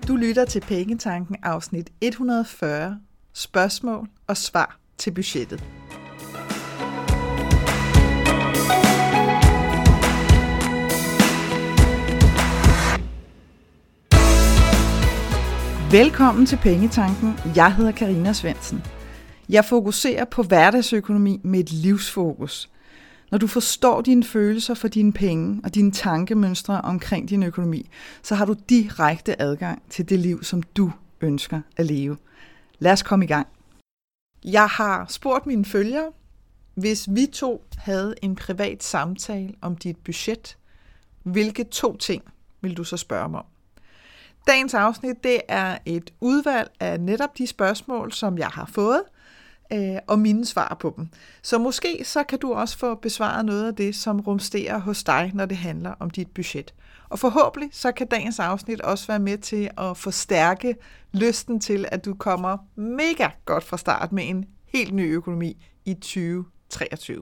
Du lytter til Pengetanken afsnit 140, spørgsmål og svar til budgettet. Velkommen til Pengetanken. Jeg hedder Karina Svendsen. Jeg fokuserer på hverdagsøkonomi med et livsfokus. Når du forstår dine følelser for dine penge og dine tankemønstre omkring din økonomi, så har du direkte adgang til det liv, som du ønsker at leve. Lad os komme i gang. Jeg har spurgt mine følgere, hvis vi to havde en privat samtale om dit budget, hvilke 2 ting vil du så spørge mig om? Dagens afsnit, det er et udvalg af netop de spørgsmål, som jeg har fået, og mine svar på dem. Så måske så kan du også få besvaret noget af det, som rumsterer hos dig, når det handler om dit budget. Og forhåbentlig så kan dagens afsnit også være med til at forstærke lysten til, at du kommer mega godt fra start med en helt ny økonomi i 2023.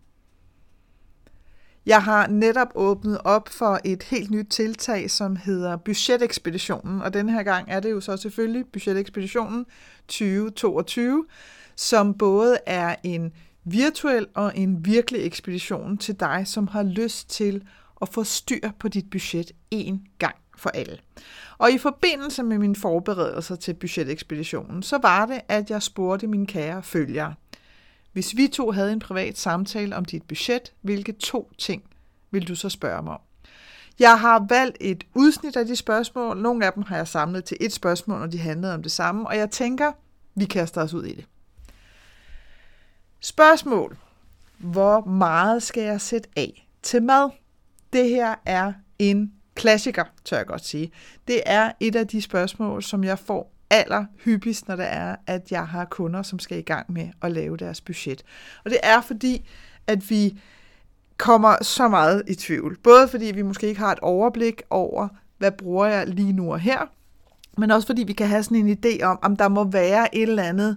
Jeg har netop åbnet op for et helt nyt tiltag, som hedder Budgetekspeditionen, og denne her gang er det jo så selvfølgelig Budgetekspeditionen 2022, som både er en virtuel og en virkelig ekspedition til dig, som har lyst til at få styr på dit budget en gang for alle. Og i forbindelse med mine forberedelser til Budgetekspeditionen, så var det, at jeg spurgte mine kære følgere, hvis vi to havde en privat samtale om dit budget, hvilke 2 ting vil du så spørge mig om? Jeg har valgt et udsnit af de spørgsmål. Nogle af dem har jeg samlet til et spørgsmål, når de handlede om det samme, og jeg tænker, vi kaster os ud i det. Spørgsmål. Hvor meget skal jeg sætte af til mad? Det her er en klassiker, tør jeg godt sige. Det er et af de spørgsmål, som jeg får allerhyppigst, når det er, at jeg har kunder, som skal i gang med at lave deres budget. Og det er fordi, at vi kommer så meget i tvivl. Både fordi vi måske ikke har et overblik over, hvad bruger jeg lige nu og her, men også fordi vi kan have sådan en idé om der må være et eller andet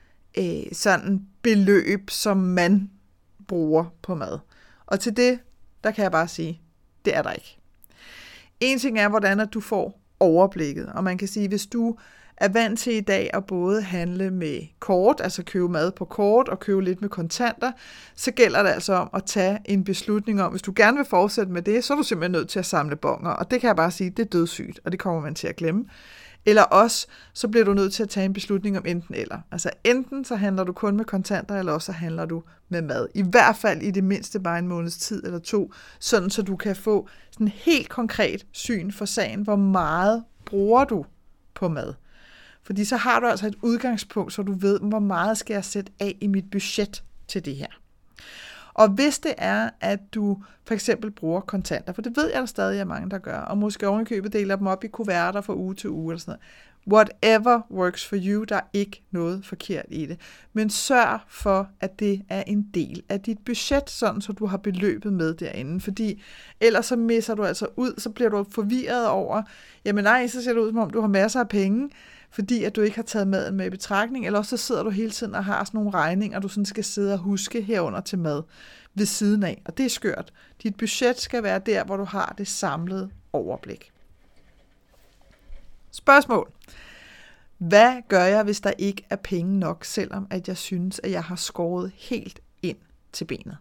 sådan beløb, som man bruger på mad. Og til det, der kan jeg bare sige, det er der ikke. En ting er, hvordan at du får overblikket, og man kan sige, hvis du er vant til i dag at både handle med kort, altså købe mad på kort og købe lidt med kontanter, så gælder det altså om at tage en beslutning om, hvis du gerne vil fortsætte med det, så er du simpelthen nødt til at samle bonger, og det kan jeg bare sige, det er dødssygt, og det kommer man til at glemme. Eller også, så bliver du nødt til at tage en beslutning om enten eller. Altså enten så handler du kun med kontanter, eller også så handler du med mad. I hvert fald i det mindste bare en måneds tid eller 2, sådan så du kan få sådan helt konkret syn for sagen, hvor meget bruger du på mad. Fordi så har du altså et udgangspunkt, så du ved, hvor meget skal jeg sætte af i mit budget til det her. Og hvis det er, at du for eksempel bruger kontanter, for det ved jeg, der stadig er mange, der gør, og måske ovenikøbet deler dem op i kuverter fra uge til uge eller sådan noget. Whatever works for you, der er ikke noget forkert i det. Men sørg for, at det er en del af dit budget, sådan så du har beløbet med derinde. Fordi ellers så misser du altså ud, så bliver du forvirret over, jamen nej, så ser det ud som om du har masser af penge, fordi at du ikke har taget maden med i betragtning, eller også så sidder du hele tiden og har sådan nogle regninger, du sådan skal sidde og huske herunder til mad ved siden af, og det er skørt. Dit budget skal være der, hvor du har det samlede overblik. Spørgsmål. Hvad gør jeg, hvis der ikke er penge nok, selvom at jeg synes, at jeg har skåret helt ind til benet?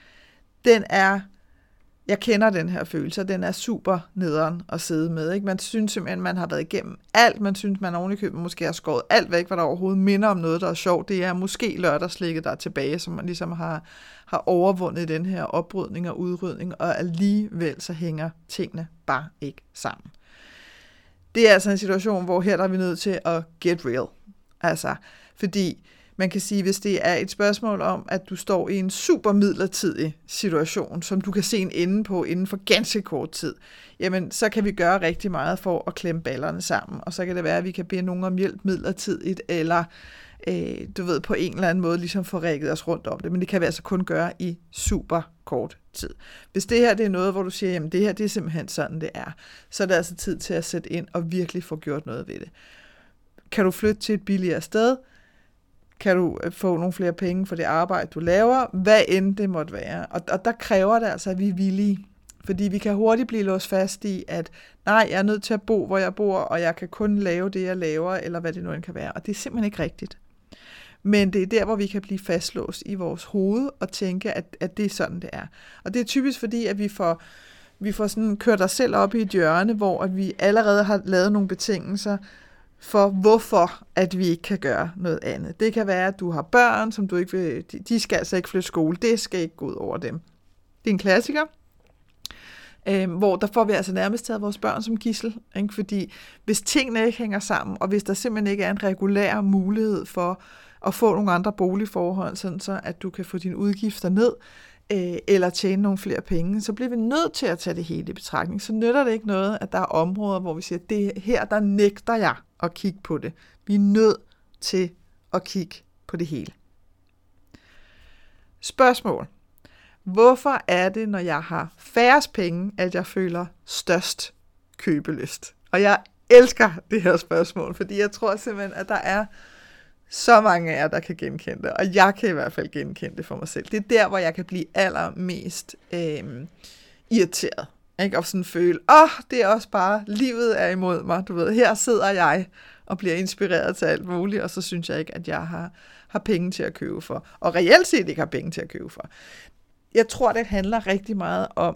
Jeg kender den her følelse, og den er super nederen at sidde med. Ikke? Man synes simpelthen, man har været igennem alt. Man synes, man ovenikøbet måske har skåret alt væk, hvad der overhovedet minder om noget, der er sjovt. Det er måske lørdagslægget, der er tilbage, som man ligesom har overvundet den her oprydning og udrydning, og alligevel så hænger tingene bare ikke sammen. Det er altså en situation, hvor her der er vi nødt til at get real. Altså, fordi man kan sige, hvis det er et spørgsmål om, at du står i en super midlertidig situation, som du kan se en ende på inden for ganske kort tid, jamen så kan vi gøre rigtig meget for at klemme ballerne sammen, og så kan det være, at vi kan bede nogen om hjælp midlertidigt, eller på en eller anden måde ligesom få rækket os rundt om det, men det kan vi altså kun gøre i super kort tid. Hvis det her det er noget, hvor du siger, jamen det her det er simpelthen sådan, det er, så er det altså tid til at sætte ind og virkelig få gjort noget ved det. Kan du flytte til et billigere sted? Kan du få nogle flere penge for det arbejde, du laver? Hvad end det måtte være. Og der kræver det altså, at vi er villige Fordi vi kan hurtigt blive låst fast i, at nej, jeg er nødt til at bo, hvor jeg bor, og jeg kan kun lave det, jeg laver, eller hvad det nu end kan være. Og det er simpelthen ikke rigtigt. Men det er der, hvor vi kan blive fastlåst i vores hoved og tænke, at det er sådan, det er. Og det er typisk fordi, at vi får sådan kørt os selv op i et hjørne, hvor at vi allerede har lavet nogle betingelser for, hvorfor at vi ikke kan gøre noget andet. Det kan være, at du har børn, som du ikke vil, de skal altså ikke flytte skole. Det skal ikke gå ud over dem. Det er en klassiker. Hvor der får vi altså nærmest taget vores børn som gidsel, ikke? Fordi hvis tingene ikke hænger sammen, og hvis der simpelthen ikke er en regulær mulighed for at få nogle andre boligforhold, sådan så at du kan få dine udgifter ned, eller tjene nogle flere penge, så bliver vi nødt til at tage det hele i betragtning. Så nytter det ikke noget, at der er områder, hvor vi siger, det her, der nægter jeg at kigge på det. Vi er nødt til at kigge på det hele. Spørgsmål. Hvorfor er det, når jeg har færrest penge, at jeg føler størst købelyst? Og jeg elsker det her spørgsmål, fordi jeg tror simpelthen, at der er så mange af jer, der kan genkende det. Og jeg kan i hvert fald genkende det for mig selv. Det er der, hvor jeg kan blive allermest irriteret. Ikke? Og sådan føle, det er også bare, livet er imod mig. Du ved, her sidder jeg og bliver inspireret til alt muligt, og så synes jeg ikke, at jeg har penge til at købe for. Og reelt set ikke har penge til at købe for. Jeg tror, det handler rigtig meget om,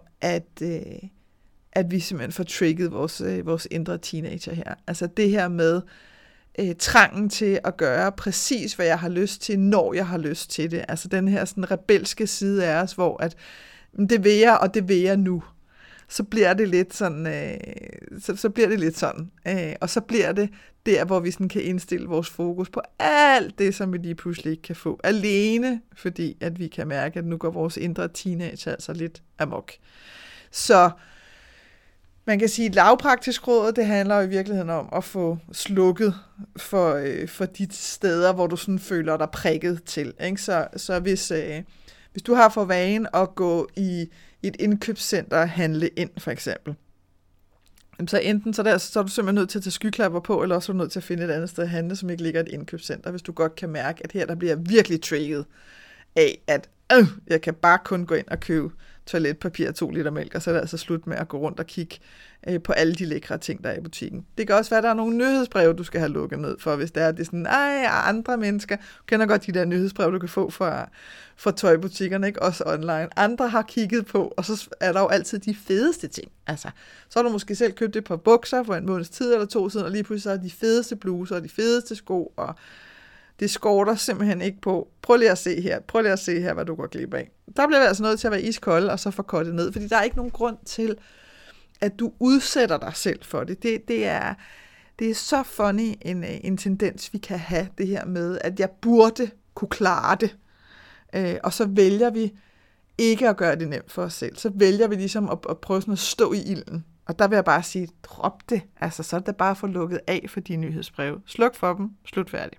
at vi simpelthen får trigget vores indre teenager her. Altså det her med trangen til at gøre præcis, hvad jeg har lyst til, når jeg har lyst til det. Altså den her sådan rebelske side af os, hvor at det vil jeg, og det vil jeg nu. Så bliver det lidt sådan, så bliver det lidt sådan. Og så bliver det der, hvor vi sådan kan indstille vores fokus på alt det, som vi lige pludselig ikke kan få. Alene, fordi at vi kan mærke, at nu går vores indre teenager altså lidt amok. Så man kan sige, at lavpraktisk råd, det handler jo i virkeligheden om at få slukket for de steder, hvor du sådan føler dig prikket til. Ikke? Så hvis du har for vane at gå i et indkøbscenter og handle ind, for eksempel, så enten så er du simpelthen nødt til at tage skyklapper på, eller også er du nødt til at finde et andet sted at handle, som ikke ligger i et indkøbscenter, hvis du godt kan mærke, at her der bliver virkelig trigget af, at jeg kan bare kun gå ind og købe toiletpapir og 2 liter mælk, og så er det altså slut med at gå rundt og kigge på alle de lækre ting, der er i butikken. Det kan også være, at der er nogle nyhedsbreve, du skal have lukket ned for, hvis det er sådan, andre mennesker, du kender godt de der nyhedsbreve, du kan få fra tøjbutikkerne, ikke? Også online. Andre har kigget på, og så er der jo altid de fedeste ting. Altså, så har du måske selv købt et par bukser for en måneds tid eller 2 siden, og lige pludselig så er de fedeste bluser, og de fedeste sko, og det skorter simpelthen ikke på. Prøv lige at se her, hvad du går glip af. Der bliver vi altså nødt til at være iskold, og så få kortet ned, fordi der er ikke nogen grund til, at du udsætter dig selv for det. Det er så funny en tendens, vi kan have, det her med, at jeg burde kunne klare det. Og så vælger vi ikke at gøre det nemt for os selv. Så vælger vi ligesom at prøve sådan at stå i ilden. Og der vil jeg bare sige, drop det. Altså, så er det bare at få lukket af for de nyhedsbreve. Sluk for dem. Slut færdig.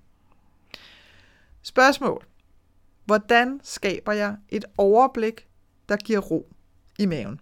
Spørgsmål. Hvordan skaber jeg et overblik, der giver ro i maven?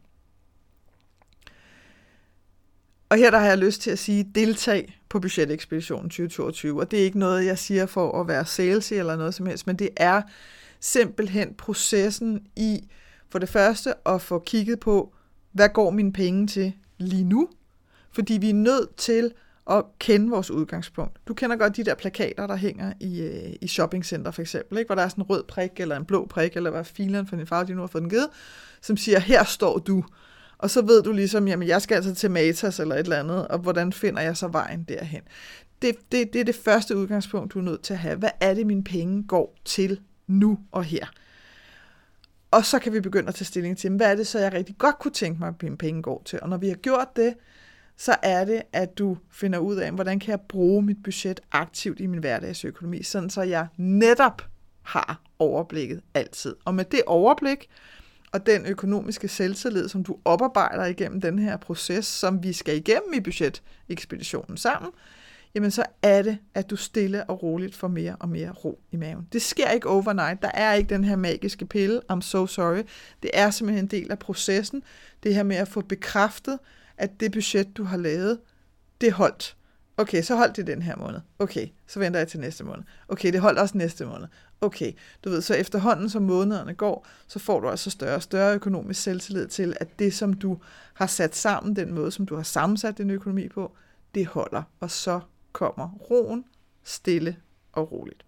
Og her der har jeg lyst til at sige, deltag på budgetekspeditionen 2022. Og det er ikke noget, jeg siger for at være salesy eller noget som helst, men det er simpelthen processen i, for det første, at få kigget på, hvad går mine penge til lige nu? Fordi vi er nødt til at kende vores udgangspunkt. Du kender godt de der plakater, der hænger i shoppingcenter for eksempel, ikke? Hvor der er sådan en rød prik, eller en blå prik, eller hvad fileren for din farve, de nu har fået den givet, som siger, her står du. Og så ved du ligesom, jamen jeg skal altså til Matas eller et eller andet, og hvordan finder jeg så vejen derhen? Det er det første udgangspunkt, du er nødt til at have. Hvad er det, mine penge går til nu og her? Og så kan vi begynde at tage stilling til, hvad er det så, jeg rigtig godt kunne tænke mig, at mine penge går til? Og når vi har gjort det, så er det, at du finder ud af, hvordan kan jeg bruge mit budget aktivt i min hverdagsøkonomi, sådan så jeg netop har overblikket altid. Og med det overblik og den økonomiske selvtillid, som du oparbejder igennem den her proces, som vi skal igennem i budgetekspeditionen sammen, jamen så er det, at du stille og roligt får mere og mere ro i maven. Det sker ikke overnight. Der er ikke den her magiske pille. I'm so sorry. Det er simpelthen en del af processen. Det her med at få bekræftet, at det budget, du har lavet, det holdt. Okay, så holdt det den her måned. Okay, så venter jeg til næste måned. Okay, det holdt også næste måned. Okay, du ved, så efterhånden som månederne går, så får du altså større og større økonomisk selvtillid til, at det, som du har sat sammen, den måde, som du har sammensat din økonomi på, det holder. Og så kommer roen stille og roligt.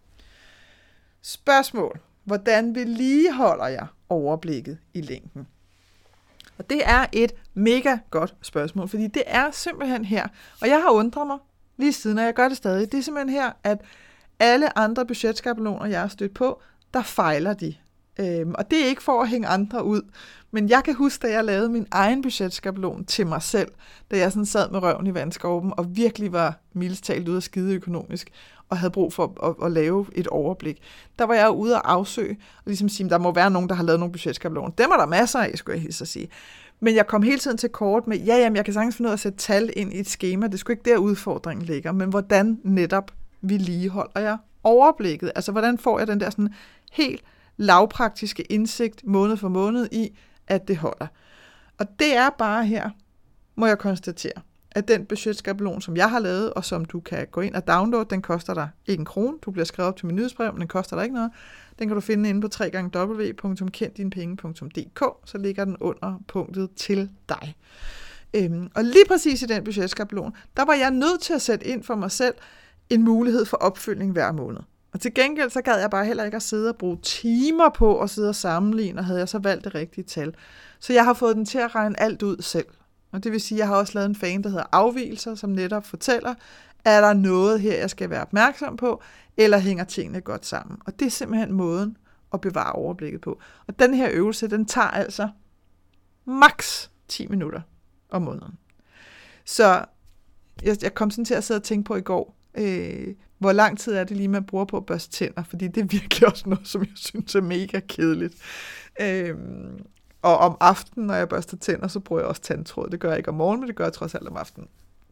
Spørgsmål. Hvordan vedligeholder jeg overblikket i længden? Og det er et mega godt spørgsmål, fordi det er simpelthen her, og jeg har undret mig lige siden, og jeg gør det stadig, det er simpelthen her, at alle andre budgetskabeloner, jeg har stødt på, der fejler de. Og det er ikke for at hænge andre ud, men jeg kan huske, da jeg lavede min egen budgetskabelon til mig selv, da jeg sådan sad med røven i vandskorben og virkelig var mildest talt ude af skide økonomisk, og havde brug for at lave et overblik. Der var jeg ude og afsøge, og ligesom sige, der må være nogen, der har lavet nogle budgetskabeloner. Dem er der masser af, skulle jeg hilse at sige. Men jeg kom hele tiden til kort med, jeg kan sagtens finde ud af at sætte tal ind i et skema. Det skulle ikke der udfordringen ligger, men hvordan netop vedligeholder jeg overblikket? Altså, hvordan får jeg den der sådan helt lavpraktiske indsigt måned for måned i, at det holder? Og det er bare her, må jeg konstatere, at den budgetskabelon, som jeg har lavet, og som du kan gå ind og downloade, den koster dig ikke en krone. Du bliver skrevet op til min nyhedsbrev, men den koster dig ikke noget. Den kan du finde inde på www.kenddinepenge.dk, så ligger den under punktet til dig. Og lige præcis i den budgetskabelon, der var jeg nødt til at sætte ind for mig selv en mulighed for opfølgning hver måned. Og til gengæld, så gad jeg bare heller ikke at sidde og bruge timer på at sidde og sammenligne, og havde jeg så valgt det rigtige tal. Så jeg har fået den til at regne alt ud selv. Og det vil sige, at jeg har også lavet en fan, der hedder afvigelser, som netop fortæller, er der noget her, jeg skal være opmærksom på, eller hænger tingene godt sammen. Og det er simpelthen måden at bevare overblikket på. Og den her øvelse, den tager altså maks 10 minutter om måneden. Så jeg kom sådan til at sidde og tænke på i går, hvor lang tid er det lige, man bruger på at børste tænder, fordi det er virkelig også noget, som jeg synes er mega kedeligt. Og om aftenen, når jeg børster tænder, så bruger jeg også tandtråd. Det gør jeg ikke om morgenen, men det gør jeg trods alt om aftenen.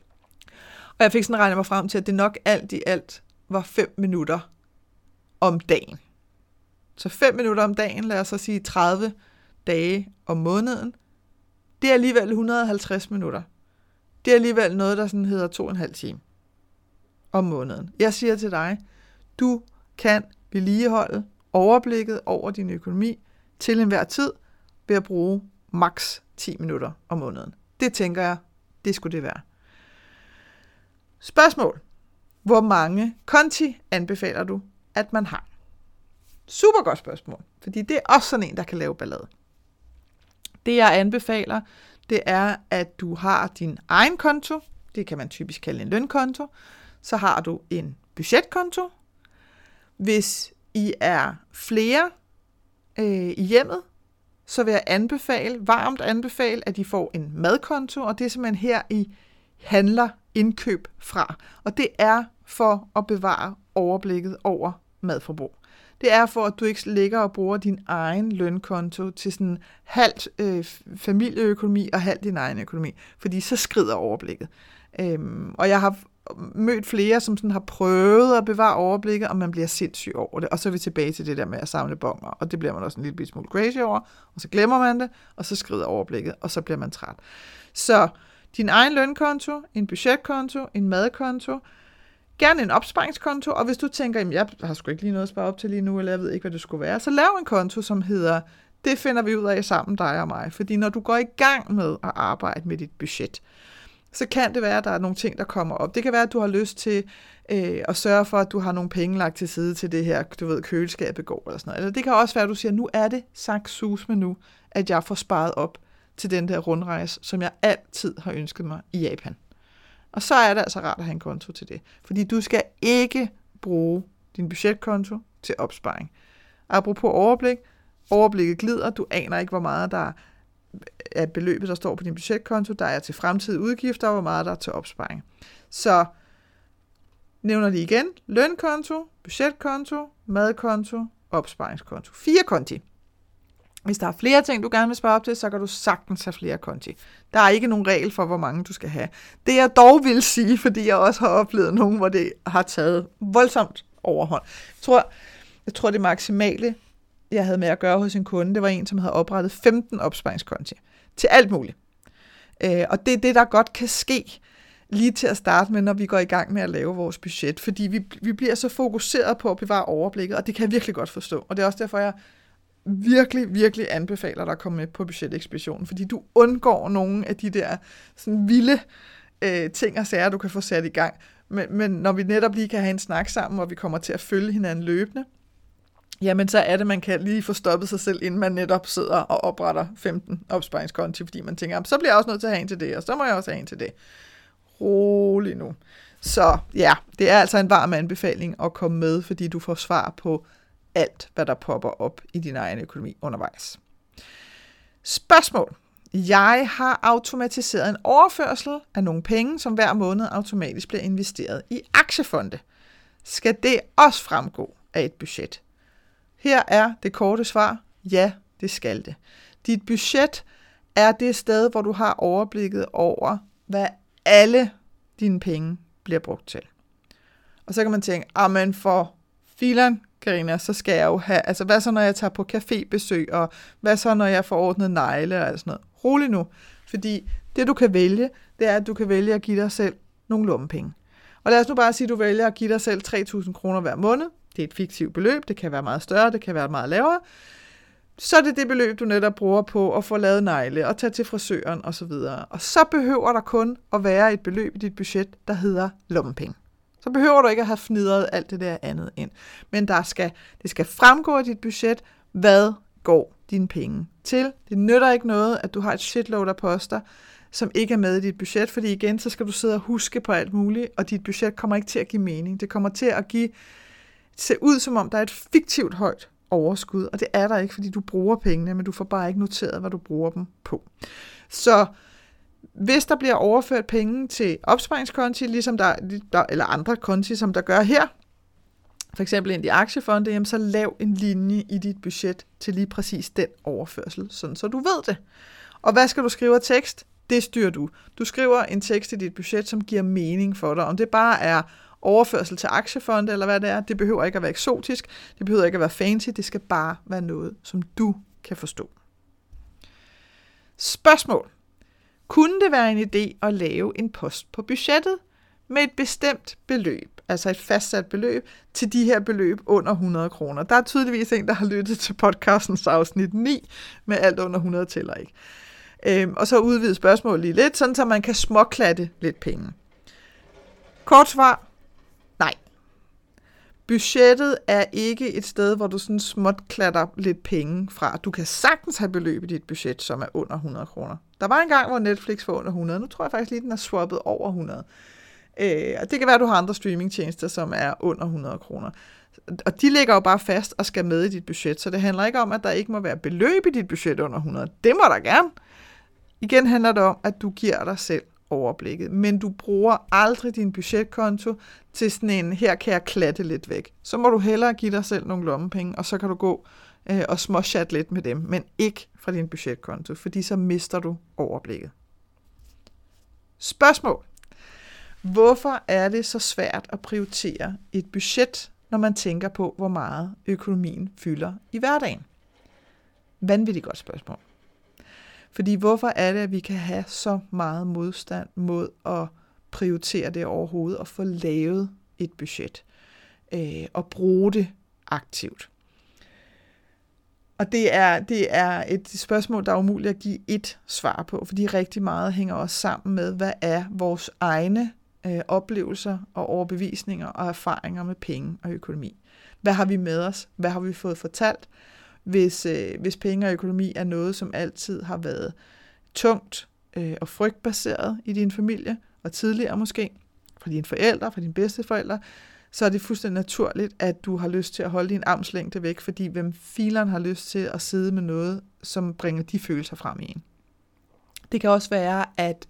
Og jeg fik sådan regnet mig frem til, at det nok alt i alt var 5 minutter om dagen. Så 5 minutter om dagen, lad os så sige 30 dage om måneden. Det er alligevel 150 minutter. Det er alligevel noget, der sådan hedder 2,5 timer om måneden. Jeg siger til dig, du kan vedligeholde overblikket over din økonomi til enhver tid ved at bruge maks 10 minutter om måneden. Det tænker jeg, det skulle det være. Spørgsmål. Hvor mange konti anbefaler du, at man har? Super godt spørgsmål, fordi det er også sådan en, der kan lave ballade. Det jeg anbefaler, det er, at du har din egen konto. Det kan man typisk kalde en lønkonto. Så har du en budgetkonto. Hvis I er flere i hjemmet, så vil jeg varmt anbefale, at I får en madkonto, og det er simpelthen her, I handler indkøb fra. Og det er for at bevare overblikket over madforbrug. Det er for, at du ikke ligger og bruger din egen lønkonto til sådan halvt familieøkonomi og halvt din egen økonomi, fordi så skrider overblikket. Og jeg har mødt flere, som sådan har prøvet at bevare overblikket, og man bliver sindssyg over det. Og så er vi tilbage til det der med at samle bonger, og det bliver man også en lille smule crazy over, og så glemmer man det, og så skrider overblikket, og så bliver man træt. Så din egen lønkonto, en budgetkonto, en madkonto, gerne en opsparingskonto, og hvis du tænker, jamen jeg har sgu ikke lige noget at spare op til lige nu, eller jeg ved ikke, hvad det skulle være, så lav en konto, som hedder, det finder vi ud af sammen, dig og mig. Fordi når du går i gang med at arbejde med dit budget, så kan det være, at der er nogle ting, der kommer op. Det kan være, at du har lyst til at sørge for, at du har nogle penge lagt til side til det her, du ved, køleskabet går, eller sådan noget. Eller det kan også være, at du siger, nu er det saktsus med nu, at jeg får sparet op til den der rundrejse, som jeg altid har ønsket mig i Japan. Og så er det altså rart at have en konto til det. Fordi du skal ikke bruge din budgetkonto til opsparing. Apropos overblik. Overblikket glider. Du aner ikke, hvor meget der er beløbet, der står på din budgetkonto. Der er til fremtidige udgifter, og hvor meget der er til opsparing. Så nævner de igen. Lønkonto, budgetkonto, madkonto, opsparingskonto. 4 konti. Hvis der er flere ting, du gerne vil spare op til, så kan du sagtens have flere konti. Der er ikke nogen regel for, hvor mange du skal have. Det jeg dog vil sige, fordi jeg også har oplevet nogen, hvor det har taget voldsomt overhånd. Jeg tror det maksimale, jeg havde med at gøre hos en kunde, det var en, som havde oprettet 15 opsparingskonti til alt muligt. Og det er det, der godt kan ske, lige til at starte med, når vi går i gang med at lave vores budget, fordi vi bliver så fokuseret på at bevare overblikket, og det kan jeg virkelig godt forstå. Og det er også derfor, jeg virkelig, virkelig anbefaler dig at komme med på budgetekspeditionen, fordi du undgår nogle af de der sådan vilde ting og sager, du kan få sat i gang. Men når vi netop lige kan have en snak sammen, og vi kommer til at følge hinanden løbende, jamen så er det, man kan lige få stoppet sig selv, inden man netop sidder og opretter 15 opsparingskonti, fordi man tænker, så bliver jeg også nødt til at have en til det, og så må jeg også have en til det. Rolig nu. Så ja, det er altså en varm anbefaling at komme med, fordi du får svar på alt, hvad der popper op i din egen økonomi undervejs. Spørgsmål. Jeg har automatiseret en overførsel af nogle penge, som hver måned automatisk bliver investeret i aktiefonde. Skal det også fremgå af et budget? Her er det korte svar. Ja, det skal det. Dit budget er det sted, hvor du har overblikket over, hvad alle dine penge bliver brugt til. Og så kan man tænke, men for filen, Karina, så skal jeg jo have, altså hvad så når jeg tager på cafébesøg, og hvad så når jeg får ordnet negle og sådan noget. Rolig nu, fordi det du kan vælge, det er, at du kan vælge at give dig selv nogle lommepenge. Og lad os nu bare sige, at du vælger at give dig selv 3.000 kroner hver måned. Det er et fiktivt beløb, det kan være meget større, det kan være meget lavere. Så er det beløb, du netop bruger på at få lavet negle og tage til frisøren osv. Og så behøver der kun at være et beløb i dit budget, der hedder lommepenge. Så behøver du ikke at have fnidret alt det der andet ind. Men det skal fremgå af dit budget, hvad går dine penge til. Det nytter ikke noget, at du har et shitload af poster, som ikke er med i dit budget, fordi igen, så skal du sidde og huske på alt muligt, og dit budget kommer ikke til at give mening. Det kommer til at se ud, som om der er et fiktivt højt overskud, og det er der ikke, fordi du bruger pengene, men du får bare ikke noteret, hvad du bruger dem på. Så hvis der bliver overført penge til opsparingskonti, ligesom der eller andre konti, som der gør her, for eksempel ind i aktiefonde, jamen så lav en linje i dit budget til lige præcis den overførsel, sådan så du ved det. Og hvad skal du skrive af tekst? Det styrer du. Du skriver en tekst i dit budget, som giver mening for dig. Om det bare er overførsel til aktiefonde, eller hvad det er, det behøver ikke at være eksotisk, det behøver ikke at være fancy, det skal bare være noget, som du kan forstå. Spørgsmål. Kunne det være en idé at lave en post på budgettet med et bestemt beløb, altså et fastsat beløb, til de her beløb under 100 kroner? Der er tydeligvis en, der har lyttet til podcastens afsnit 9, med alt under 100 tæller ikke. Og så udvide spørgsmålet lige lidt, sådan så man kan småklatte lidt penge. Kort svar. Nej. Budgettet er ikke et sted, hvor du sådan småt klatter lidt penge fra. Du kan sagtens have beløb i dit budget, som er under 100 kroner. Der var en gang, hvor Netflix var under 100. Nu tror jeg faktisk lige, den er swappet over 100. Og det kan være, at du har andre streamingtjenester, som er under 100 kroner. Og de ligger jo bare fast og skal med i dit budget. Så det handler ikke om, at der ikke må være beløb i dit budget under 100. Det må der gerne. Igen handler det om, at du giver dig selv overblikket, men du bruger aldrig din budgetkonto til sådan en, her kan jeg klatte lidt væk. Så må du hellere give dig selv nogle lommepenge, og så kan du gå og småchatte lidt med dem, men ikke fra din budgetkonto, fordi så mister du overblikket. Spørgsmål. Hvorfor er det så svært at prioritere et budget, når man tænker på, hvor meget økonomien fylder i hverdagen? Vanvittigt godt spørgsmål. Fordi hvorfor er det, at vi kan have så meget modstand mod at prioritere det overhovedet og få lavet et budget og bruge det aktivt? Og det er et spørgsmål, der er umuligt at give et svar på, fordi rigtig meget hænger også sammen med, hvad er vores egne oplevelser og overbevisninger og erfaringer med penge og økonomi. Hvad har vi med os? Hvad har vi fået fortalt? Hvis penge og økonomi er noget, som altid har været tungt og frygtbaseret i din familie, og tidligere måske, fra dine forældre, fra dine bedsteforældre, så er det fuldstændig naturligt, at du har lyst til at holde din armslængde væk, fordi hvem fileren har lyst til at sidde med noget, som bringer de følelser frem i en. Det kan også være,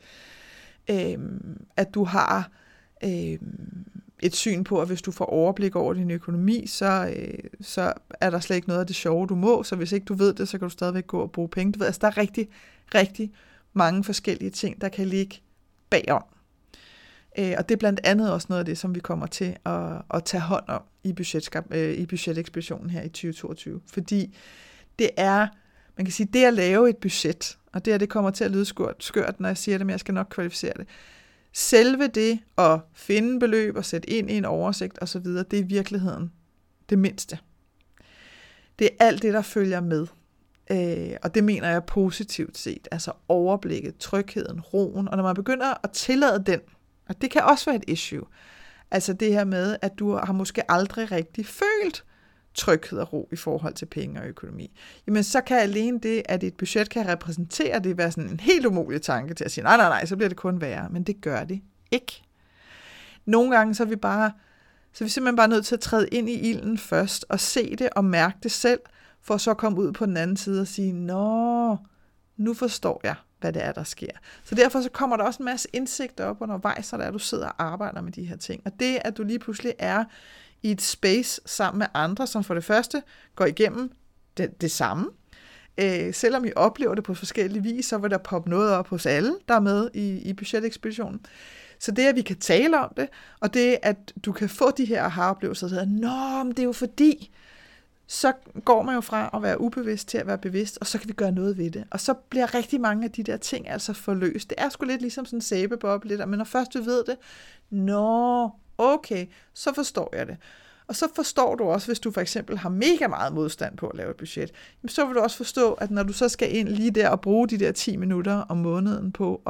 at du har et syn på, at hvis du får overblik over din økonomi, så er der slet ikke noget af det sjove, du må. Så hvis ikke du ved det, så kan du stadigvæk gå og bruge penge. Du ved, altså, der er rigtig, rigtig mange forskellige ting, der kan ligge bagom. Og det er blandt andet også noget af det, som vi kommer til at tage hånd om i budgetekspeditionen her i 2022. Fordi det er, man kan sige, det at lave et budget, og det kommer til at lyde skørt, når jeg siger det, men jeg skal nok kvalificere det. Selve det at finde beløb og sætte ind i en oversigt osv., det er i virkeligheden det mindste. Det er alt det, der følger med. Og det mener jeg positivt set. Altså overblikket, trygheden, roen. Og når man begynder at tillade den, og det kan også være et issue, altså det her med, at du har måske aldrig rigtig følt tryghed og ro i forhold til penge og økonomi, jamen så kan alene det, at et budget kan repræsentere det, være sådan en helt umulig tanke til at sige, nej, så bliver det kun værre. Men det gør det ikke. Nogle gange så er vi simpelthen bare nødt til at træde ind i ilden først, og se det og mærke det selv, for så at komme ud på den anden side og sige, nå, nu forstår jeg, hvad det er, der sker. Så derfor så kommer der også en masse indsigter op undervejs, så der du sidder og arbejder med de her ting. Og det, at du lige pludselig er i et space sammen med andre, som for det første går igennem det samme. Selvom I oplever det på forskellige vis, så vil der poppe noget op hos alle, der er med i budgetekspeditionen. Så det, at vi kan tale om det, og det, at du kan få de her aha-oplevelser, så nå, men det er jo fordi, så går man jo fra at være ubevidst til at være bevidst, og så kan vi gøre noget ved det. Og så bliver rigtig mange af de der ting altså forløst. Det er sgu lidt ligesom sådan en sæbeboble, men når først du ved det, nå, okay, så forstår jeg det. Og så forstår du også, hvis du for eksempel har mega meget modstand på at lave et budget, så vil du også forstå, at når du så skal ind lige der og bruge de der 10 minutter om måneden på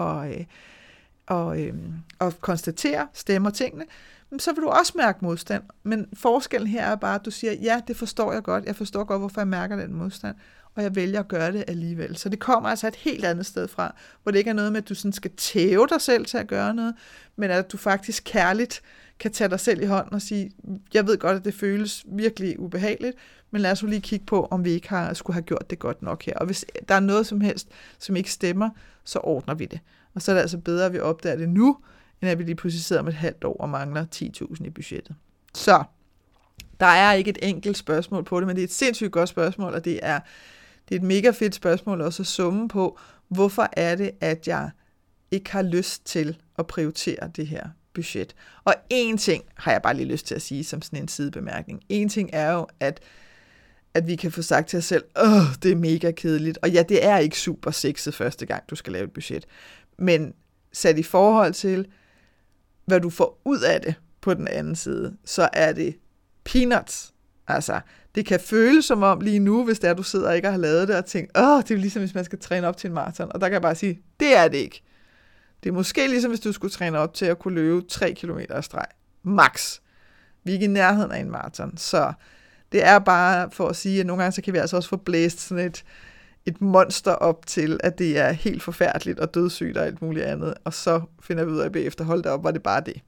at konstatere, stemme tingene, så vil du også mærke modstand. Men forskellen her er bare, at du siger, ja, det forstår jeg godt. Jeg forstår godt, hvorfor jeg mærker den modstand, og jeg vælger at gøre det alligevel. Så det kommer altså et helt andet sted fra, hvor det ikke er noget med, at du sådan skal tæve dig selv til at gøre noget, men at du faktisk kærligt kan tage dig selv i hånden og sige, jeg ved godt, at det føles virkelig ubehageligt, men lad os jo lige kigge på, om vi ikke skulle have gjort det godt nok her. Og hvis der er noget som helst, som ikke stemmer, så ordner vi det. Og så er det altså bedre, at vi opdager det nu, end at vi lige pludselig sidder om et halvt år og mangler 10.000 i budgettet. Så der er ikke et enkelt spørgsmål på det, men det er et sindssygt godt spørgsmål, og det er et mega fedt spørgsmål også at summe på, hvorfor er det, at jeg ikke har lyst til at prioritere det her budget. Og en ting har jeg bare lige lyst til at sige som sådan en sidebemærkning. En ting er jo, at vi kan få sagt til os selv, det er mega kedeligt, og ja, det er ikke super sexet første gang, du skal lave et budget. Men sat i forhold til, hvad du får ud af det på den anden side, så er det peanuts. Altså, det kan føles som om lige nu, hvis det er, du sidder og ikke har lavet det, og tænker, det er ligesom, hvis man skal træne op til en maraton. Og der kan jeg bare sige, det er det ikke. Det er måske ligesom, hvis du skulle træne op til at kunne løbe 3 kilometer af streg. Max. Vi er ikke i nærheden af en maraton. Så det er bare for at sige, at nogle gange så kan vi altså også få blæst sådan et monster op til, at det er helt forfærdeligt og dødssygt og alt muligt andet. Og så finder vi ud af bagefter, hold da op, var det bare det.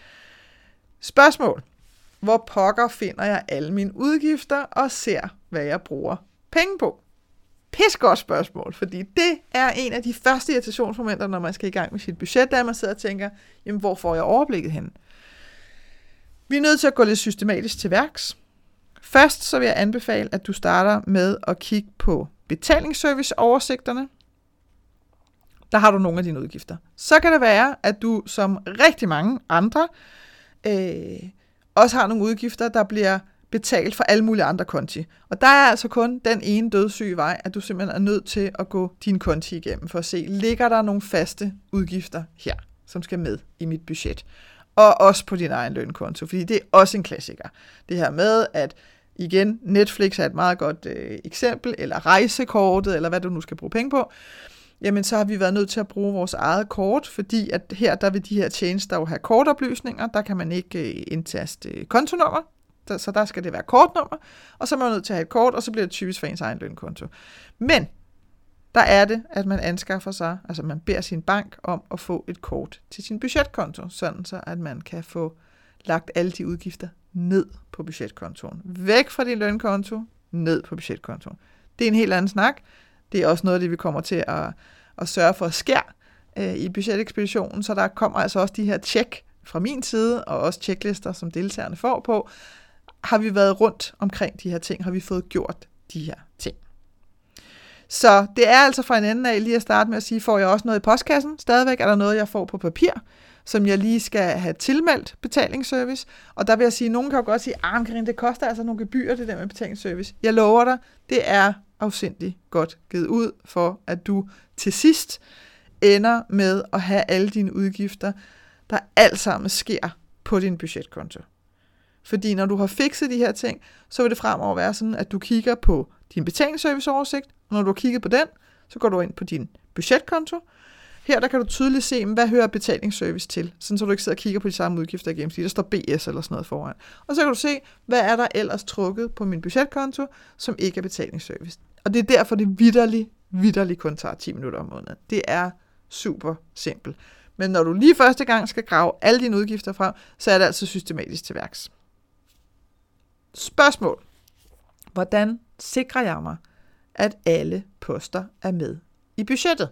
Spørgsmål. Hvor pokker finder jeg alle mine udgifter og ser, hvad jeg bruger penge på? Pissegodt spørgsmål, fordi det er en af de første irritationsmomenter, når man skal i gang med sit budget, der man sidder og tænker, jamen hvor får jeg overblikket hen? Vi er nødt til at gå lidt systematisk til værks. Først så vil jeg anbefale, at du starter med at kigge på betalingsserviceoversigterne. Der har du nogle af dine udgifter. Så kan det være, at du som rigtig mange andre også har nogle udgifter, der bliver betalt for alle mulige andre konti. Og der er altså kun den ene dødssyge vej, at du simpelthen er nødt til at gå din konti igennem for at se, ligger der nogle faste udgifter her, som skal med i mit budget. Og også på din egen lønkonto, fordi det er også en klassiker. Det her med, at igen, Netflix er et meget godt eksempel, eller rejsekortet, eller hvad du nu skal bruge penge på, jamen så har vi været nødt til at bruge vores eget kort, fordi at her, der vil de her tjenester jo have kortoplysninger, der kan man ikke indtaste kontonummer, så der skal det være kortnummer, og så er man nødt til at have et kort, og så bliver det typisk for ens egen lønkonto. Men der er det, at man anskaffer sig, altså man beder sin bank om at få et kort til sin budgetkonto, sådan så at man kan få lagt alle de udgifter ned på budgetkontoen. Væk fra din lønkonto, ned på budgetkontoen. Det er en helt anden snak. Det er også noget af det, vi kommer til at sørge for at sker i budgetekspeditionen, så der kommer altså også de her tjek fra min side, og også checklister, som deltagerne får på. Har vi været rundt omkring de her ting? Har vi fået gjort de her ting? Så det er altså fra en ende af lige at starte med at sige, får jeg også noget i postkassen? Stadigvæk er der noget, jeg får på papir, som jeg lige skal have tilmeldt betalingsservice. Og der vil jeg sige, nogen kan jo godt sige, Karin, det koster altså nogle gebyrer, det der med betalingsservice. Jeg lover dig, det er afsindigt godt givet ud for, at du til sidst ender med at have alle dine udgifter der alt sammen sker på din budgetkonto. Fordi når du har fikset de her ting, så vil det fremover være sådan, at du kigger på din betalingsserviceoversigt, og når du har kigget på den, så går du ind på din budgetkonto. Her der kan du tydeligt se, hvad hører betalingsservice til, sådan så du ikke sidder og kigger på de samme udgifter igennem. Der står BS eller sådan noget foran. Og så kan du se, hvad er der ellers trukket på min budgetkonto, som ikke er betalingsservice. Og det er derfor, det vitterligt kun tager 10 minutter om måneden. Det er super simpelt. Men når du lige første gang skal grave alle dine udgifter frem, så er det altså systematisk til værks. Spørgsmål. Hvordan sikrer jeg mig, at alle poster er med i budgettet?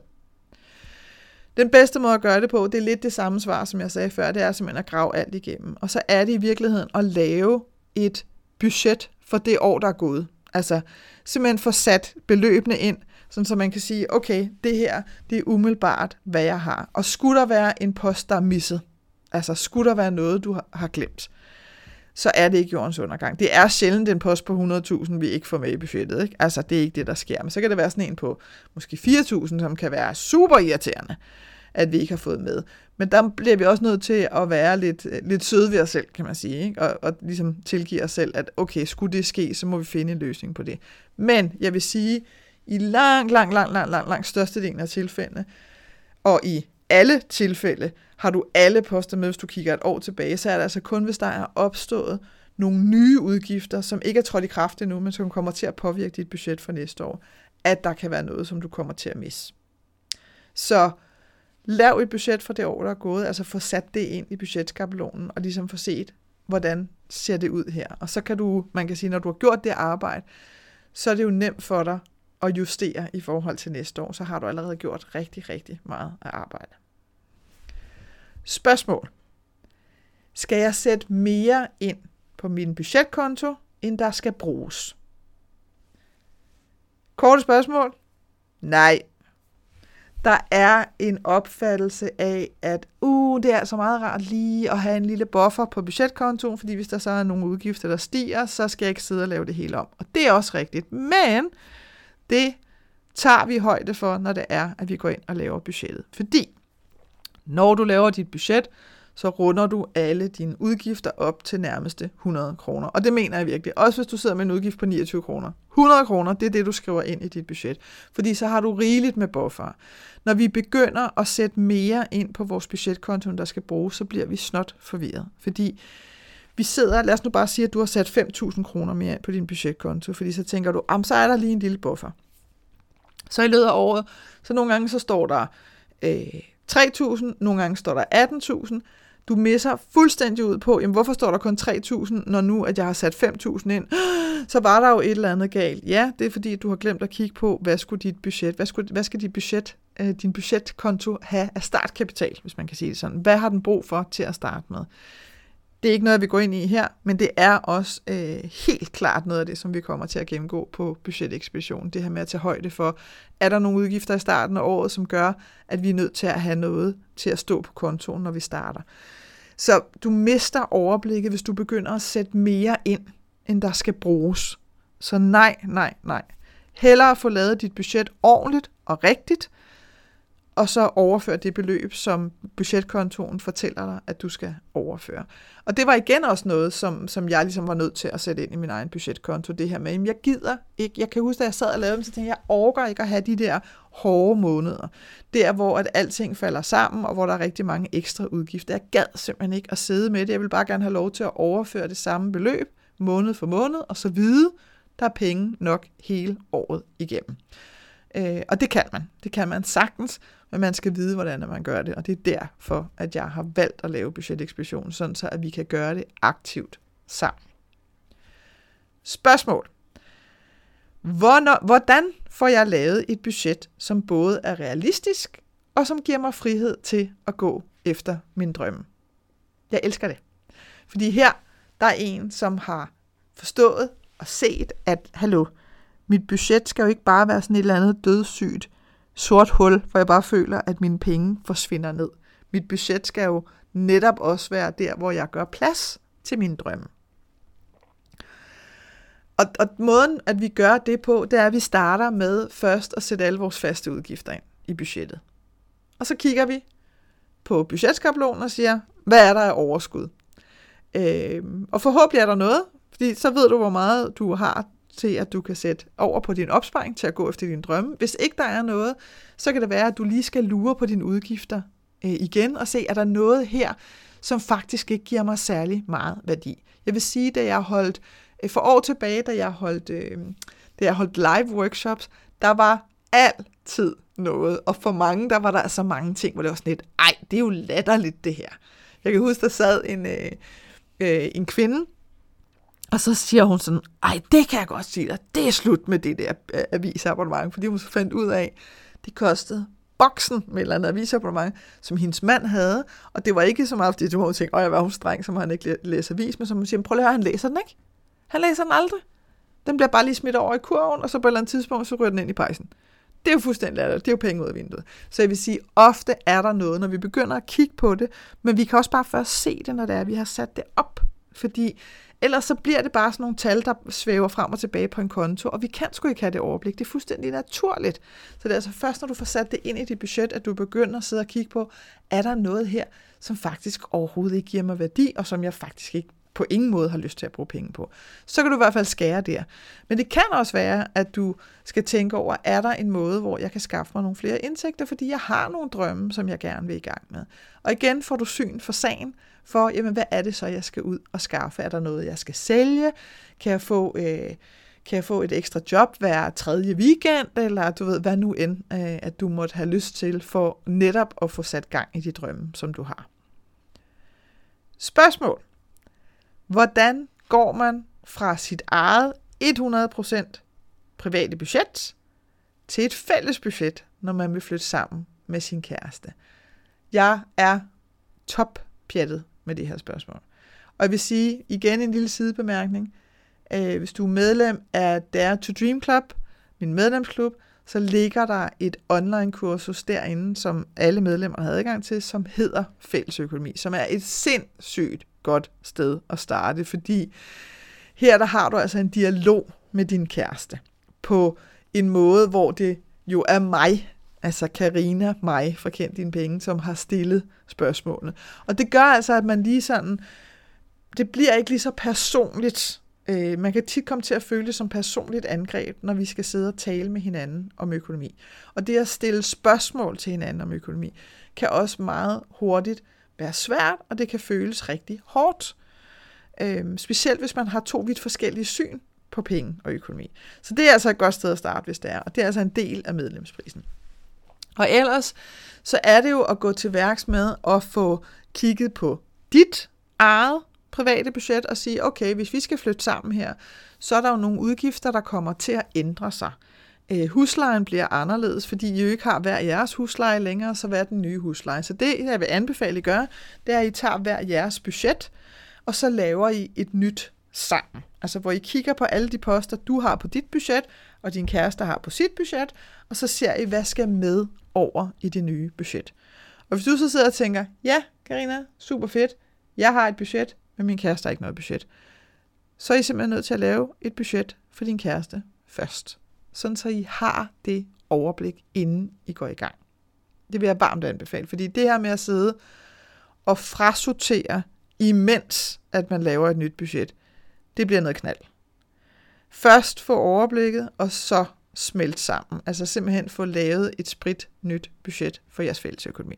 Den bedste måde at gøre det på, det er lidt det samme svar, som jeg sagde før, det er simpelthen at grave alt igennem. Og så er det i virkeligheden at lave et budget for det år, der er gået. Altså simpelthen få sat beløbene ind, sådan så man kan sige, okay, det her, det er umiddelbart, hvad jeg har. Og skulle der være en post, der er misset, altså skulle der være noget, du har glemt, så er det ikke jordens undergang. Det er sjældent en post på 100.000, vi ikke får med i budgettet. Ikke? Altså, det er ikke det, der sker. Men så kan det være sådan en på måske 4.000, som kan være super irriterende, at vi ikke har fået med. Men der bliver vi også nødt til at være lidt søde ved os selv, kan man sige. Ikke? Og ligesom tilgive os selv, at okay, skulle det ske, så må vi finde en løsning på det. Men jeg vil sige, i langt størstedelen af tilfældene, og i alle tilfælde, har du alle poster med, hvis du kigger et år tilbage, så er det altså kun, hvis der er opstået nogle nye udgifter, som ikke er trådt i kraft endnu, men som kommer til at påvirke dit budget for næste år, at der kan være noget, som du kommer til at misse. Så lav et budget for det år, der er gået, altså få sat det ind i budgetskabelonen, og ligesom få set, hvordan ser det ud her. Og så kan du, man kan sige, når du har gjort det arbejde, så er det jo nemt for dig at justere i forhold til næste år, så har du allerede gjort rigtig meget af arbejde. Spørgsmål. Skal jeg sætte mere ind på min budgetkonto, end der skal bruges? Korte spørgsmål? Nej. Der er en opfattelse af, at det er altså meget rart lige at have en lille buffer på budgetkontoen, fordi hvis der så er nogle udgifter, der stiger, så skal jeg ikke sidde og lave det hele om. Og det er også rigtigt, men det tager vi højde for, når det er, at vi går ind og laver budgettet. Fordi når du laver dit budget, så runder du alle dine udgifter op til nærmeste 100 kroner. Og det mener jeg virkelig. Også hvis du sidder med en udgift på 29 kroner. 100 kroner, det er det, du skriver ind i dit budget. Fordi så har du rigeligt med buffer. Når vi begynder at sætte mere ind på vores budgetkonto, der skal bruges, så bliver vi snot forvirret. Fordi vi sidder, lad os nu bare sige, at du har sat 5.000 kroner mere ind på din budgetkonto. Fordi så tænker du, så er der lige en lille buffer. Så i løbet af året, så nogle gange så står der 3.000, nogle gange står der 18.000. Du misser fuldstændig ud på, jamen hvorfor står der kun 3.000, når nu at jeg har sat 5.000 ind? Så var der jo et eller andet galt. Ja, det er fordi, du har glemt at kigge på, hvad skal din budgetkonto have af startkapital, hvis man kan sige det sådan. Hvad har den brug for til at starte med? Det er ikke noget, vi går ind i her, men det er også helt klart noget af det, som vi kommer til at gennemgå på budgetekspeditionen. Det her med at tage højde for, er der nogle udgifter i starten af året, som gør, at vi er nødt til at have noget til at stå på kontoen, når vi starter. Så du mister overblikket, hvis du begynder at sætte mere ind, end der skal bruges. Så nej. Hellere få lavet dit budget ordentligt og rigtigt, og så overføre det beløb, som budgetkontoen fortæller dig, at du skal overføre. Og det var igen også noget, som jeg ligesom var nødt til at sætte ind i min egen budgetkonto, det her med, at jeg gider ikke, jeg kan huske, da jeg sad og lavede dem, så tænkte jeg orker ikke at have de der hårde måneder, der hvor at alting falder sammen, og hvor der er rigtig mange ekstra udgifter. Jeg gad simpelthen ikke at sidde med det, jeg vil bare gerne have lov til at overføre det samme beløb, måned for måned, og så vide, der er penge nok hele året igennem. Og det kan man sagtens, men man skal vide, hvordan man gør det, og det er derfor, at jeg har valgt at lave budgetekspedition, sådan så at vi kan gøre det aktivt sammen. Spørgsmål. Hvordan får jeg lavet et budget, som både er realistisk, og som giver mig frihed til at gå efter min drømme? Jeg elsker det. Fordi her, der er en, som har forstået og set, at mit budget skal jo ikke bare være sådan et eller andet dødssygt sort hul, hvor jeg bare føler, at mine penge forsvinder ned. Mit budget skal jo netop også være der, hvor jeg gør plads til mine drømme. Og måden, at vi gør det på, det er, at vi starter med først at sætte alle vores faste udgifter ind i budgettet. Og så kigger vi, på budgetskabelonen og siger, hvad er der af overskud? Og forhåbentlig er der noget, fordi så ved du, hvor meget du har til, at du kan sætte over på din opsparing til at gå efter dine drømme. Hvis ikke der er noget, så kan det være, at du lige skal lure på dine udgifter igen og se, er der noget her, som faktisk ikke giver mig særlig meget værdi. Jeg vil sige, da jeg holdt for år tilbage, da jeg holdt live workshops, der var altid noget, og for mange, der var der altså mange ting, hvor det var sådan lidt, det er jo latterligt det her. Jeg kan huske, der sad en kvinde, og så siger hun sådan, det kan jeg godt sige dig, det er slut med det der avisabonnement, fordi hun så fandt ud af, det kostede boksen med et eller andet avisabonnement, som hendes mand havde, og det var ikke så meget, fordi du må tænke, jeg var hun streng, som han ikke læser avis, men som hun siger, prøv lige at høre, han læser den ikke. Han læser den aldrig. Den bliver bare lige smidt over i kurven, og så på et eller andet tidspunkt, så ryger den ind i pejsen. Det er jo fuldstændig latterligt. Det er jo penge ud af vinduet. Så jeg vil sige, ofte er der noget, når vi begynder at kigge på det, men vi kan også bare først se det, når det er, vi har sat det op. Fordi ellers så bliver det bare sådan nogle tal, der svæver frem og tilbage på en konto, og vi kan sgu ikke have det overblik. Det er fuldstændig naturligt. Så det er altså først, når du får sat det ind i dit budget, at du begynder at sidde og kigge på, er der noget her, som faktisk overhovedet ikke giver mig værdi, og som jeg faktisk ikke på ingen måde har lyst til at bruge penge på. Så kan du i hvert fald skære der. Men det kan også være, at du skal tænke over, er der en måde, hvor jeg kan skaffe mig nogle flere indtægter, fordi jeg har nogle drømme, som jeg gerne vil i gang med. Og igen får du syn for sagen, for jamen, hvad er det så, jeg skal ud og skaffe? Er der noget, jeg skal sælge? Kan jeg få et ekstra job hver 3. weekend? Eller du ved, hvad nu end, at du måtte have lyst til, for netop at få sat gang i de drømme, som du har. Spørgsmål. Hvordan går man fra sit eget 100% private budget til et fælles budget, når man vil flytte sammen med sin kæreste? Jeg er toppjattet med det her spørgsmål. Og jeg vil sige igen en lille sidebemærkning. Hvis du er medlem af Dare to Dream Club, min medlemsklub, så ligger der et online-kursus derinde, som alle medlemmer har adgang til, som hedder Fællesøkonomi, som er et sindssygt godt sted at starte, fordi her der har du altså en dialog med din kæreste på en måde, hvor det jo er mig, altså Karina, mig fra Kend Dine Penge, som har stillet spørgsmålene. Og det gør altså, at man lige sådan, det bliver ikke lige så personligt. Man kan tit komme til at føle det som personligt angreb, når vi skal sidde og tale med hinanden om økonomi. Og det at stille spørgsmål til hinanden om økonomi, kan også meget hurtigt være svært, og det kan føles rigtig hårdt. Specielt hvis man har 2 vidt forskellige syn på penge og økonomi. Så det er altså et godt sted at starte, hvis det er. Og det er altså en del af medlemsprisen. Og ellers, så er det jo at gå til værks med at få kigget på dit eget private budget og sige, okay, hvis vi skal flytte sammen her, så er der jo nogle udgifter, der kommer til at ændre sig. Huslejen bliver anderledes, fordi I jo ikke har hver jeres husleje længere, så hvad er den nye husleje? Så det, jeg vil anbefale, I gør, det er, at I tager hver jeres budget, og så laver I et nyt sammen. Altså, hvor I kigger på alle de poster, du har på dit budget, og din kæreste har på sit budget, og så ser I, hvad skal med over i det nye budget. Og hvis du så sidder og tænker, ja, Karina, super fedt, jeg har et budget, men min kæreste har ikke noget budget, så er I simpelthen nødt til at lave et budget for din kæreste først. Sådan så I har det overblik, inden I går i gang. Det vil jeg varmt anbefale, fordi det her med at sidde og frasortere, imens at man laver et nyt budget, det bliver noget knald. Først få overblikket, og så smelte sammen. Altså simpelthen få lavet et sprit nyt budget for jeres fælles økonomi.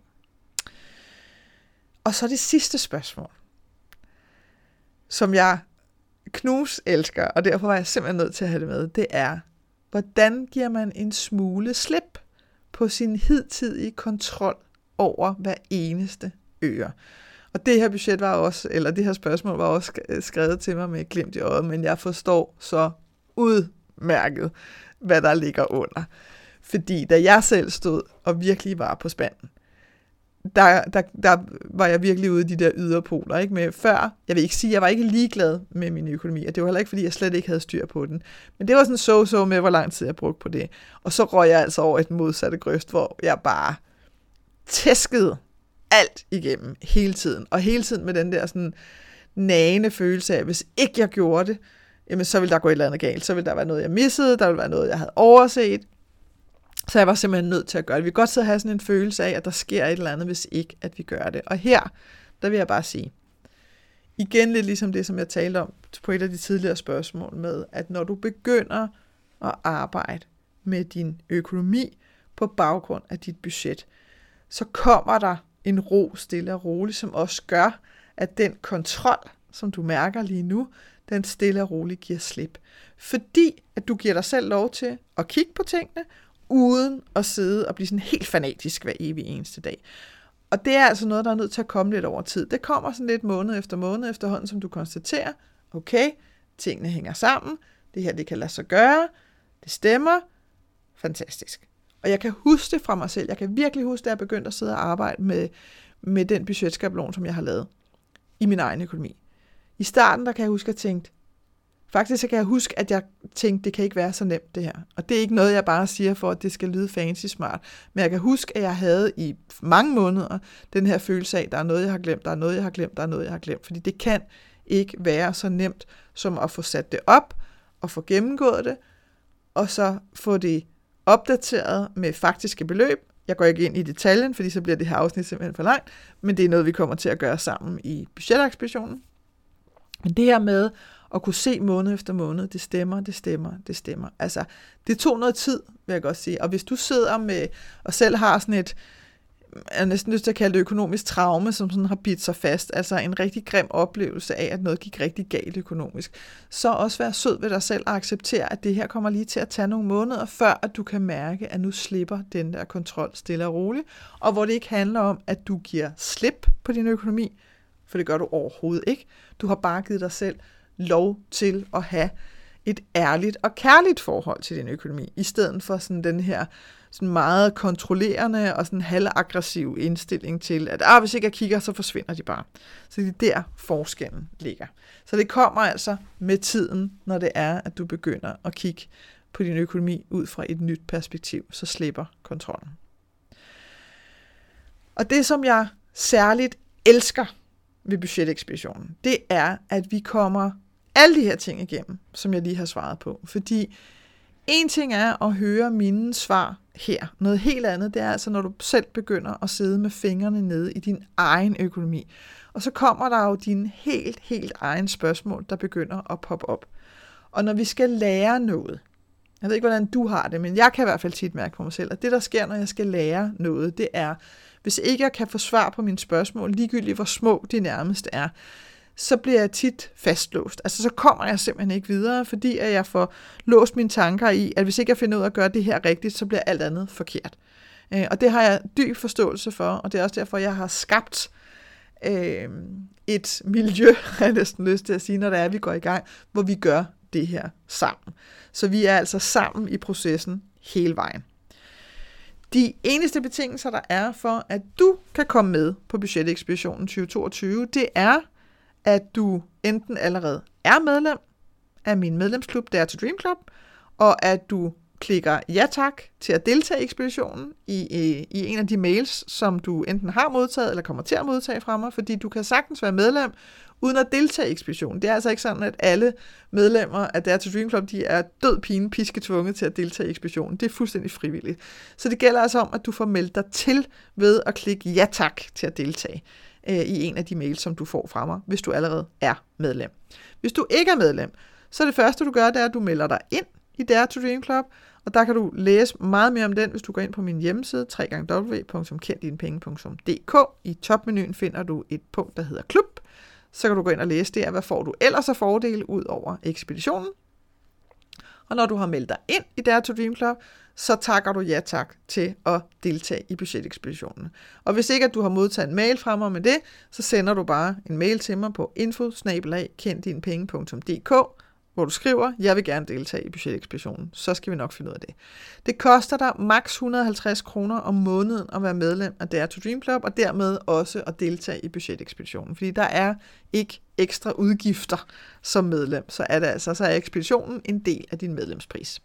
Og så det sidste spørgsmål, som jeg elsker, og derfor var jeg simpelthen nødt til at have det med, det er, hvordan giver man en smule slip på sin hidtidige kontrol over hver eneste øre? Og det her budget var også, eller det her spørgsmål var også skrevet til mig med et glimt i øjet, men jeg forstår så udmærket, hvad der ligger under. Fordi da jeg selv stod og virkelig var på spanden, der var jeg virkelig ude i de der yderpoler, ikke? Med før, jeg vil ikke sige, jeg var ikke ligeglad med min økonomi, og det var heller ikke, fordi jeg slet ikke havde styr på den. Men det var sådan så med, hvor lang tid jeg brugte på det. Og så røg jeg altså over et modsatte grøft, hvor jeg bare tæskede alt igennem hele tiden. Og hele tiden med den der sådan nagende følelse af, at hvis ikke jeg gjorde det, jamen så ville der gå et eller andet galt. Så ville der være noget, jeg missede, der ville være noget, jeg havde overset. Så jeg var simpelthen nødt til at gøre det. Vi kan godt sidde og have sådan en følelse af, at der sker et eller andet, hvis ikke, at vi gør det. Og her, der vil jeg bare sige, igen lidt ligesom det, som jeg talte om på et af de tidligere spørgsmål med, at når du begynder at arbejde med din økonomi på baggrund af dit budget, så kommer der en ro stille og roligt, som også gør, at den kontrol, som du mærker lige nu, den stille og roligt giver slip. Fordi at du giver dig selv lov til at kigge på tingene, uden at sidde og blive sådan helt fanatisk hver evig eneste dag. Og det er altså noget, der er nødt til at komme lidt over tid. Det kommer sådan lidt måned efter måned efterhånden, som du konstaterer, okay, tingene hænger sammen, det her det kan lade sig gøre, det stemmer, fantastisk. Og jeg kan huske det fra mig selv, jeg kan virkelig huske, at jeg begyndte at sidde og arbejde med den budgetskabelon, som jeg har lavet i min egen økonomi. I starten, der kan jeg huske, at jeg tænkte, faktisk kan jeg huske, at jeg tænkte, det kan ikke være så nemt det her. Og det er ikke noget, jeg bare siger for, at det skal lyde fancy smart. Men jeg kan huske, at jeg havde i mange måneder den her følelse af, der er noget, jeg har glemt, der er noget, jeg har glemt, der er noget, jeg har glemt. Fordi det kan ikke være så nemt, som at få sat det op, og få gennemgået det, og så få det opdateret med faktiske beløb. Jeg går ikke ind i detaljen, fordi så bliver det her afsnit simpelthen for langt, men det er noget, vi kommer til at gøre sammen i budgetekspeditionen. Men det her med at kunne se måned efter måned, det stemmer. Altså, det tog noget tid, vil jeg godt sige. Og hvis du sidder med, og selv har sådan et, jeg er næsten lyst til at kalde det økonomisk traume, som sådan har bidt sig fast, altså en rigtig grim oplevelse af, at noget gik rigtig galt økonomisk, så også vær sød ved dig selv og acceptere, at det her kommer lige til at tage nogle måneder, før at du kan mærke, at nu slipper den der kontrol stille og roligt, og hvor det ikke handler om, at du giver slip på din økonomi, for det gør du overhovedet ikke. Du har bare givet dig selv lov til at have et ærligt og kærligt forhold til din økonomi, i stedet for sådan den her sådan meget kontrollerende og sådan halvaggressiv indstilling til, at hvis ikke jeg kigger, så forsvinder de bare. Så det er der forskellen ligger. Så det kommer altså med tiden, når det er, at du begynder at kigge på din økonomi ud fra et nyt perspektiv, så slipper kontrollen. Og det, som jeg særligt elsker ved budgetekspeditionen, det er, at vi kommer alle de her ting igennem, som jeg lige har svaret på. Fordi en ting er at høre mine svar her. Noget helt andet, det er altså, når du selv begynder at sidde med fingrene nede i din egen økonomi. Og så kommer der jo dine helt egen spørgsmål, der begynder at poppe op. Og når vi skal lære noget, jeg ved ikke, hvordan du har det, men jeg kan i hvert fald tit mærke på mig selv, at det, der sker, når jeg skal lære noget, det er, hvis ikke jeg kan få svar på mine spørgsmål, ligegyldigt hvor små de nærmest er, så bliver jeg tit fastlåst. Altså så kommer jeg simpelthen ikke videre, fordi at jeg får låst mine tanker i, at hvis ikke jeg finder ud af at gøre det her rigtigt, så bliver alt andet forkert. Og det har jeg dyb forståelse for, og det er også derfor, jeg har skabt et miljø, har jeg næsten lyst til at sige, når det er, vi går i gang, hvor vi gør det her sammen. Så vi er altså sammen i processen hele vejen. De eneste betingelser, der er for, at du kan komme med på budgetekspeditionen 2022, det er, at du enten allerede er medlem af min medlemsklub, Dare to Dream Club, og at du klikker ja tak til at deltage i ekspeditionen i en af de mails, som du enten har modtaget eller kommer til at modtage fra mig, fordi du kan sagtens være medlem uden at deltage i ekspeditionen. Det er altså ikke sådan, at alle medlemmer af Dare to Dream Club, de er død pine pisketvunget til at deltage i ekspeditionen. Det er fuldstændig frivilligt. Så det gælder altså om, at du får meldt dig til ved at klikke ja tak til at deltage i en af de mails, som du får fra mig, hvis du allerede er medlem. Hvis du ikke er medlem, så det første, du gør, det er, at du melder dig ind i Dare to Dream Club, og der kan du læse meget mere om den, hvis du går ind på min hjemmeside, www.kenddinepenge.dk. I topmenuen finder du et punkt, der hedder klub. Så kan du gå ind og læse det, hvad får du ellers af fordele ud over ekspeditionen. Og når du har meldt dig ind i Dare to Dream Club, så takker du ja tak til at deltage i budgetekspeditionen. Og hvis ikke at du har modtaget en mail fra mig med det, så sender du bare en mail til mig på info@kenddinepenge.dk, hvor du skriver, jeg vil gerne deltage i budgetekspeditionen. Så skal vi nok finde ud af det. Det koster dig maks 150 kroner om måneden at være medlem af Dare to Dream Club, og dermed også at deltage i budgetekspeditionen. Fordi der er ikke ekstra udgifter som medlem, så er ekspeditionen en del af din medlemspris.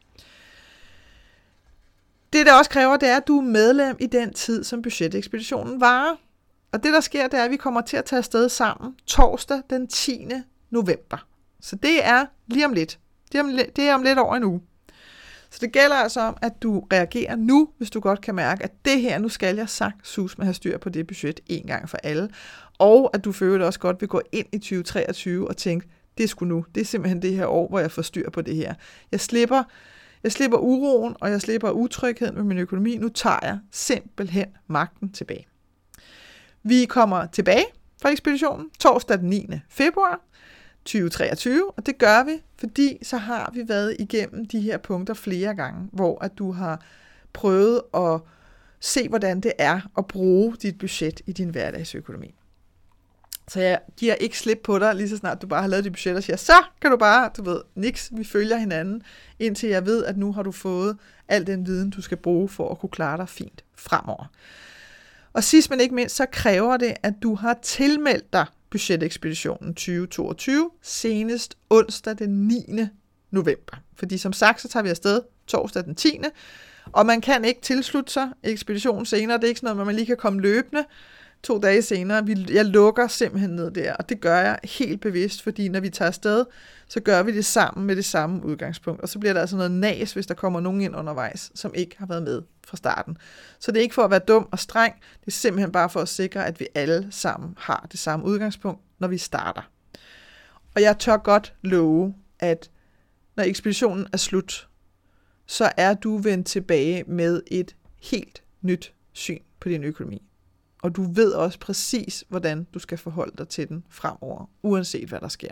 Det, der også kræver, det er, at du er medlem i den tid, som budgetekspeditionen varer. Og det, der sker, det er, at vi kommer til at tage afsted sammen torsdag den 10. november. Så det er lige om lidt. Det er om lidt over en uge. Så det gælder altså om, at du reagerer nu, hvis du godt kan mærke, at det her, nu skal jeg sus med have styr på det budget en gang for alle. Og at du føler også godt vil gå ind i 2023 og tænke, det er sgu nu. Det er simpelthen det her år, hvor jeg får styr på det her. Jeg slipper uroen, og jeg slipper utrygheden med min økonomi. Nu tager jeg simpelthen magten tilbage. Vi kommer tilbage fra ekspeditionen torsdag den 9. februar 2023, og det gør vi, fordi så har vi været igennem de her punkter flere gange, hvor at du har prøvet at se, hvordan det er at bruge dit budget i din hverdagsøkonomi. Så jeg giver ikke slip på dig, lige så snart du bare har lavet dit budget og siger, så kan du bare, niks, vi følger hinanden, indtil jeg ved, at nu har du fået al den viden, du skal bruge for at kunne klare dig fint fremover. Og sidst men ikke mindst, så kræver det, at du har tilmeldt dig budgetekspeditionen 2022 senest onsdag den 9. november. Fordi som sagt, så tager vi afsted torsdag den 10. Og man kan ikke tilslutte sig ekspeditionen senere. Det er ikke sådan noget, at man lige kan komme løbende 2 dage senere. Jeg lukker simpelthen ned der, og det gør jeg helt bevidst, fordi når vi tager afsted, så gør vi det sammen med det samme udgangspunkt. Og så bliver der altså noget nas, hvis der kommer nogen ind undervejs, som ikke har været med fra starten. Så det er ikke for at være dum og streng, det er simpelthen bare for at sikre, at vi alle sammen har det samme udgangspunkt, når vi starter. Og jeg tør godt love, at når ekspeditionen er slut, så er du vendt tilbage med et helt nyt syn på din økonomi. Og du ved også præcis, hvordan du skal forholde dig til den fremover, uanset hvad der sker.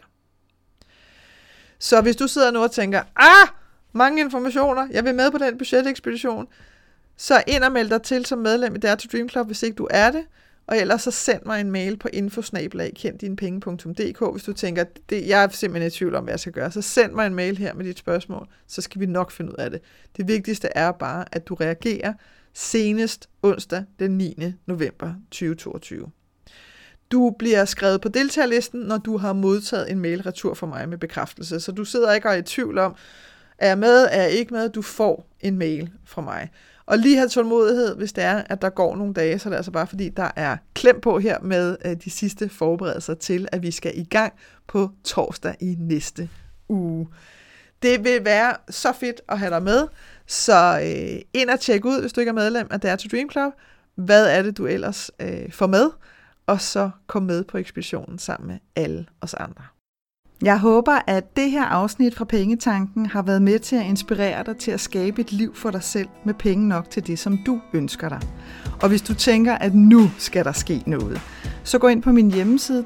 Så hvis du sidder nu og tænker, mange informationer, jeg vil med på den budgetekspedition, så ind og meld dig til som medlem i Dare to Dream Club, hvis ikke du er det. Og ellers så send mig en mail på info@kenddinepenge.dk, hvis du tænker, jeg er simpelthen i tvivl om, hvad jeg skal gøre. Så send mig en mail her med dit spørgsmål, så skal vi nok finde ud af det. Det vigtigste er bare, at du reagerer senest onsdag den 9. november 2022. Du bliver skrevet på deltagerlisten, når du har modtaget en mail retur fra mig med bekræftelse. Så du sidder ikke og er i tvivl om, er jeg med, er jeg ikke med? Du får en mail fra mig. Og lige have tålmodighed, hvis det er, at der går nogle dage, så er det altså bare fordi, der er klem på her med de sidste forberedelser til, at vi skal i gang på torsdag i næste uge. Det vil være så fedt at have dig med, så ind og tjek ud, hvis du ikke er medlem af Dare to Dream Club. Hvad er det, du ellers får med? Og så kom med på ekspeditionen sammen med alle os andre. Jeg håber, at det her afsnit fra Pengetanken har været med til at inspirere dig til at skabe et liv for dig selv med penge nok til det, som du ønsker dig. Og hvis du tænker, at nu skal der ske noget, så gå ind på min hjemmeside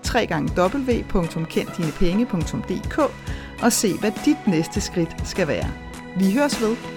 www.kenddinepenge.dk og se, hvad dit næste skridt skal være. Vi høres ved.